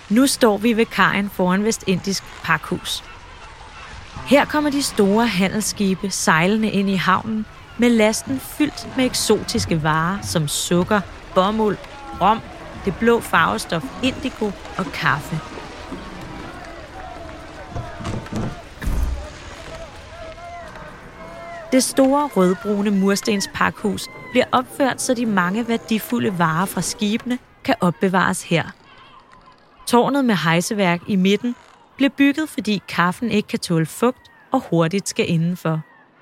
Nu står vi ved kajen foran Vestindisk Pakhus. Her kommer de store handelsskibe sejlende ind i havnen med lasten fyldt med eksotiske varer som sukker, bomuld, rom, det blå farvestof indigo og kaffe. Det store rødbrune murstenspakhus bliver opført, så de mange værdifulde varer fra skibene kan opbevares her. Tårnet med hejseværk i midten bliver bygget, fordi kaffen ikke kan tåle fugt og hurtigt skal indenfor.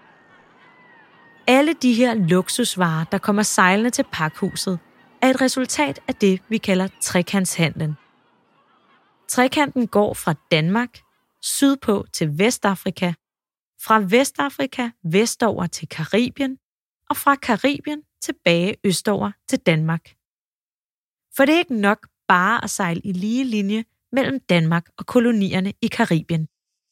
Alle de her luksusvarer, der kommer sejlende til pakhuset, er et resultat af det, vi kalder trekantshandlen. Trekanten går fra Danmark sydpå til Vestafrika, fra Vestafrika vestover til Karibien og fra Karibien tilbage østover til Danmark. For det er ikke nok bare at sejle i lige linje mellem Danmark og kolonierne i Karibien.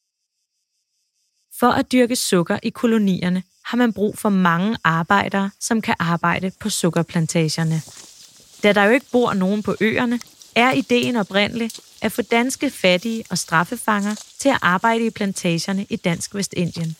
For at dyrke sukker i kolonierne har man brug for mange arbejdere, som kan arbejde på sukkerplantagerne. Da der jo ikke bor nogen på øerne, er ideen oprindelig at få danske fattige og straffefanger til at arbejde i plantagerne i Dansk Vestindien.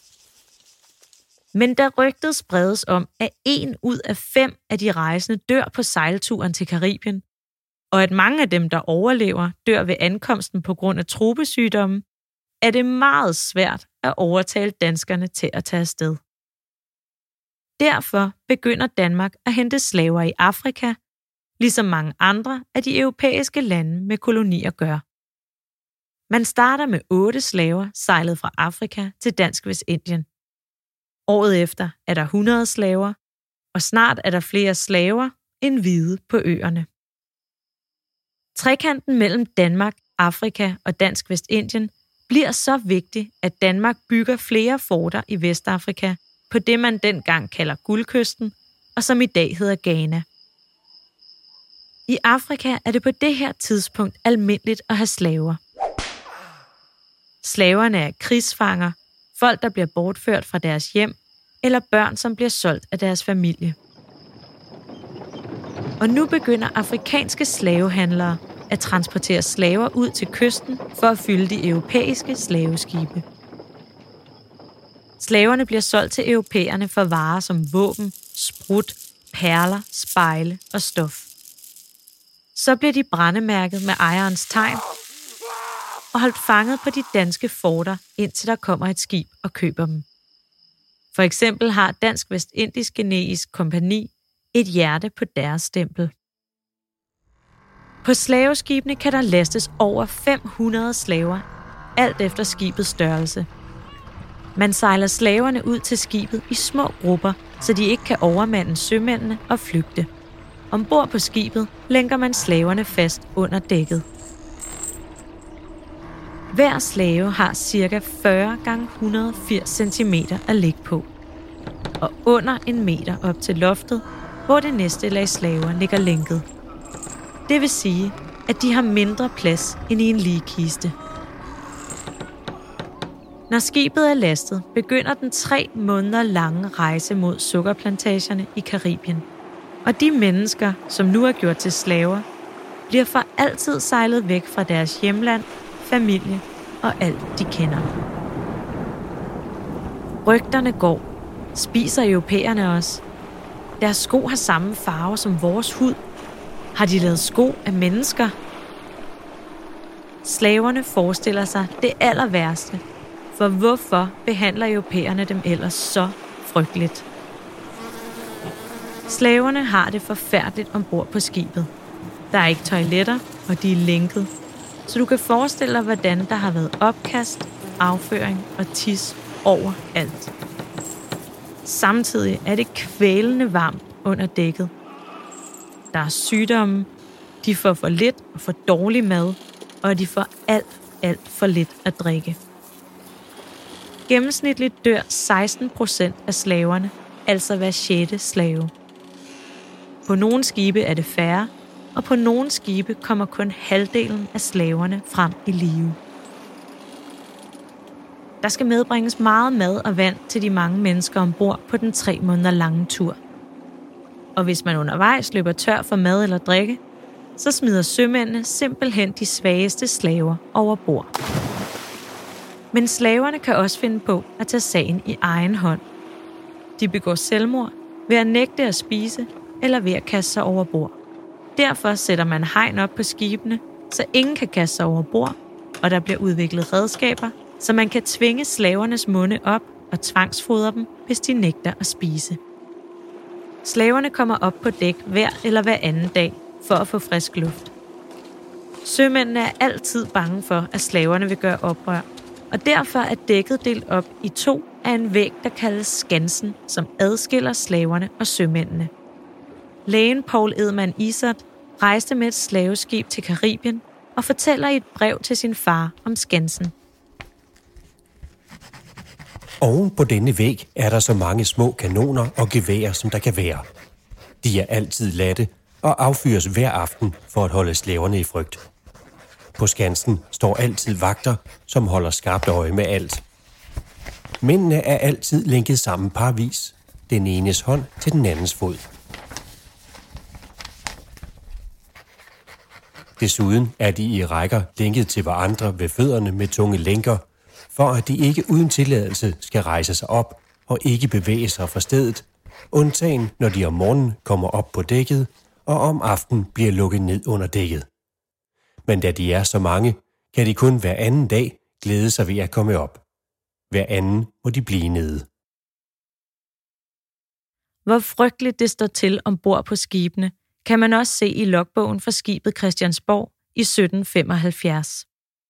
Men da rygtet spredes om, at 1 ud af 5 af de rejsende dør på sejlturen til Karibien, og at mange af dem, der overlever, dør ved ankomsten på grund af tropesygdomme, er det meget svært at overtale danskerne til at tage afsted. Derfor begynder Danmark at hente slaver i Afrika, ligesom mange andre af de europæiske lande med kolonier gør. Man starter med 8 slaver sejlet fra Afrika til Dansk Vestindien. Året efter er der 100 slaver, og snart er der flere slaver end hvide på øerne. Trekanten mellem Danmark, Afrika og Dansk Vestindien bliver så vigtig, at Danmark bygger flere forter i Vestafrika på det, man dengang kalder Guldkysten, og som i dag hedder Ghana. I Afrika er det på det her tidspunkt almindeligt at have slaver. Slaverne er krigsfanger, folk, der bliver bortført fra deres hjem, eller børn, som bliver solgt af deres familie. Og nu begynder afrikanske slavehandlere at transportere slaver ud til kysten for at fylde de europæiske slaveskibe. Slaverne bliver solgt til europæerne for varer som våben, sprut, perler, spejle og stof. Så bliver de brændemærket med ejerens tegn og holdt fanget på de danske forter, indtil der kommer et skib og køber dem. For eksempel har Dansk Vestindisk Generisk Kompagni et hjerte på deres stempel. På slaveskibene kan der lastes over 500 slaver, alt efter skibets størrelse. Man sejler slaverne ud til skibet i små grupper, så de ikke kan overmande sømændene og flygte. Ombord på skibet lænker man slaverne fast under dækket. Hver slave har ca. 40 x 180 cm at ligge på, og under 1 meter op til loftet, hvor det næste lag slaver ligger lænket. Det vil sige, at de har mindre plads end i en ligekiste. Når skibet er lastet, begynder den 3 måneder lange rejse mod sukkerplantagerne i Karibien. Og de mennesker, som nu er gjort til slaver, bliver for altid sejlet væk fra deres hjemland, familie og alt de kender. Rygterne går. Spiser europæerne os? Deres sko har samme farve som vores hud. Har de lavet sko af mennesker? Slaverne forestiller sig det aller værste. For hvorfor behandler europæerne dem ellers så frygteligt? Slaverne har det forfærdeligt ombord på skibet. Der er ikke toiletter, og de er lænket. Så du kan forestille dig, hvordan der har været opkast, afføring og tis overalt. Samtidig er det kvælende varmt under dækket. Der er sygdomme, de får for lidt og for dårlig mad, og de får alt for lidt at drikke. Gennemsnitligt dør 16% af slaverne, altså hver 6. slave. På nogle skibe er det færre, og på nogle skibe kommer kun halvdelen af slaverne frem i live. Der skal medbringes meget mad og vand til de mange mennesker ombord på den 3 måneder lange tur. Og hvis man undervejs løber tør for mad eller drikke, så smider sømændene simpelthen de svageste slaver over bord. Men slaverne kan også finde på at tage sagen i egen hånd. De begår selvmord ved at nægte at spise eller ved at kaste sig over bord. Derfor sætter man hegn op på skibene, så ingen kan kaste sig over bord, og der bliver udviklet redskaber, så man kan tvinge slavernes munde op og tvangsfodre dem, hvis de nægter at spise. Slaverne kommer op på dæk hver eller hver anden dag for at få frisk luft. Sømændene er altid bange for, at slaverne vil gøre oprør, og derfor er dækket delt op i 2 af en væg, der kaldes skansen, som adskiller slaverne og sømændene. Lægen Paul Edman Isert rejste med et slaveskib til Karibien og fortæller i et brev til sin far om skansen. Oven på denne væg er der så mange små kanoner og geværer, som der kan være. De er altid latte og affyres hver aften for at holde slaverne i frygt. På skansen står altid vagter, som holder skarpt øje med alt. Mændene er altid lænket sammen parvis, den enes hånd til den andens fod. Desuden er de i rækker lænket til hverandre ved fødderne med tunge lænker, for at de ikke uden tilladelse skal rejse sig op og ikke bevæge sig fra stedet, undtagen når de om morgenen kommer op på dækket og om aftenen bliver lukket ned under dækket. Men da de er så mange, kan de kun hver anden dag glæde sig ved at komme op. Hver anden må de blive nede. Hvor frygteligt det står til ombord på skibene, kan man også se i logbogen for skibet Christiansborg i 1775.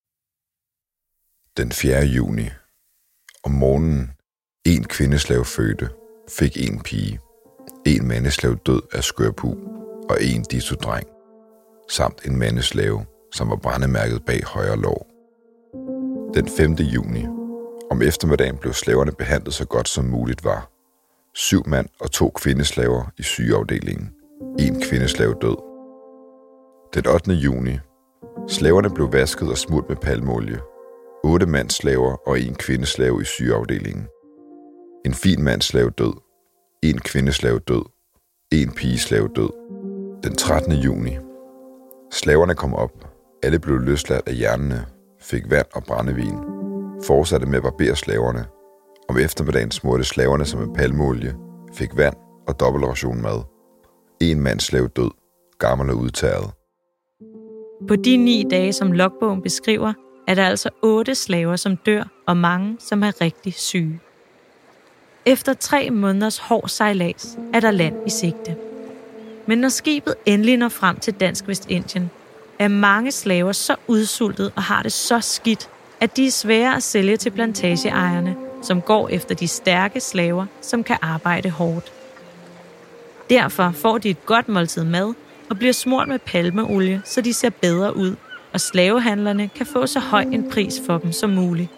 Den 4. juni. Om morgenen, 1 kvindeslave fødte, fik 1 pige, 1 mandeslave død af skørpu og 1 ditto-dreng, samt en mandeslave, som var brændemærket bag højre lår. Den 5. juni. Om eftermiddagen blev slaverne behandlet så godt som muligt var. 7 mand og 2 kvindeslaver i sygeafdelingen. 1 kvindeslave død. Den 8. juni. Slaverne blev vasket og smurt med palmeolie. 8 mandslaver og 1 kvindeslave i sygeafdelingen. En fin mandslave død. 1 kvindeslave død. 1 pigeslave død. Den 13. juni. Slaverne kom op. Alle blev løsladt af jernene, fik vand og brændevin. Fortsatte med at barbere slaverne. Om eftermiddagen smurte slaverne sig med palmeolie, fik vand og dobbeltration mad. 1 mandslave død, gammel og udtørret. På de 9 dage, som logbogen beskriver, er der altså 8 slaver, som dør, og mange, som er rigtig syge. Efter 3 måneders hård sejlads er der land i sigte. Men når skibet endelig når frem til Dansk Vestindien, er mange slaver så udsultet og har det så skidt, at de er svære at sælge til plantageejerne, som går efter de stærke slaver, som kan arbejde hårdt. Derfor får de et godt måltid mad og bliver smurt med palmeolie, så de ser bedre ud, og slavehandlerne kan få så høj en pris for dem som muligt.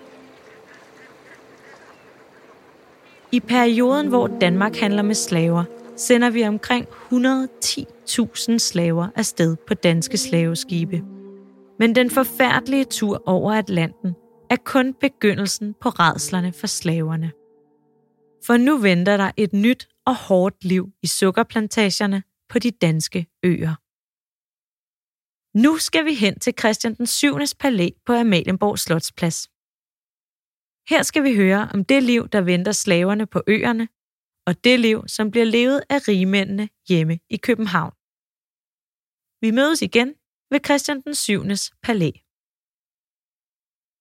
I perioden, hvor Danmark handler med slaver, sender vi omkring 110.000 slaver afsted på danske slaveskibe. Men den forfærdelige tur over Atlanten er kun begyndelsen på rædslerne for slaverne. For nu venter der et nyt og hårdt liv i sukkerplantagerne på de danske øer. Nu skal vi hen til Christian den 7. palæ på Amalienborg Slotsplads. Her skal vi høre om det liv, der venter slaverne på øerne, og det liv, som bliver levet af rigmændene hjemme i København. Vi mødes igen ved Christian den 7. palæ.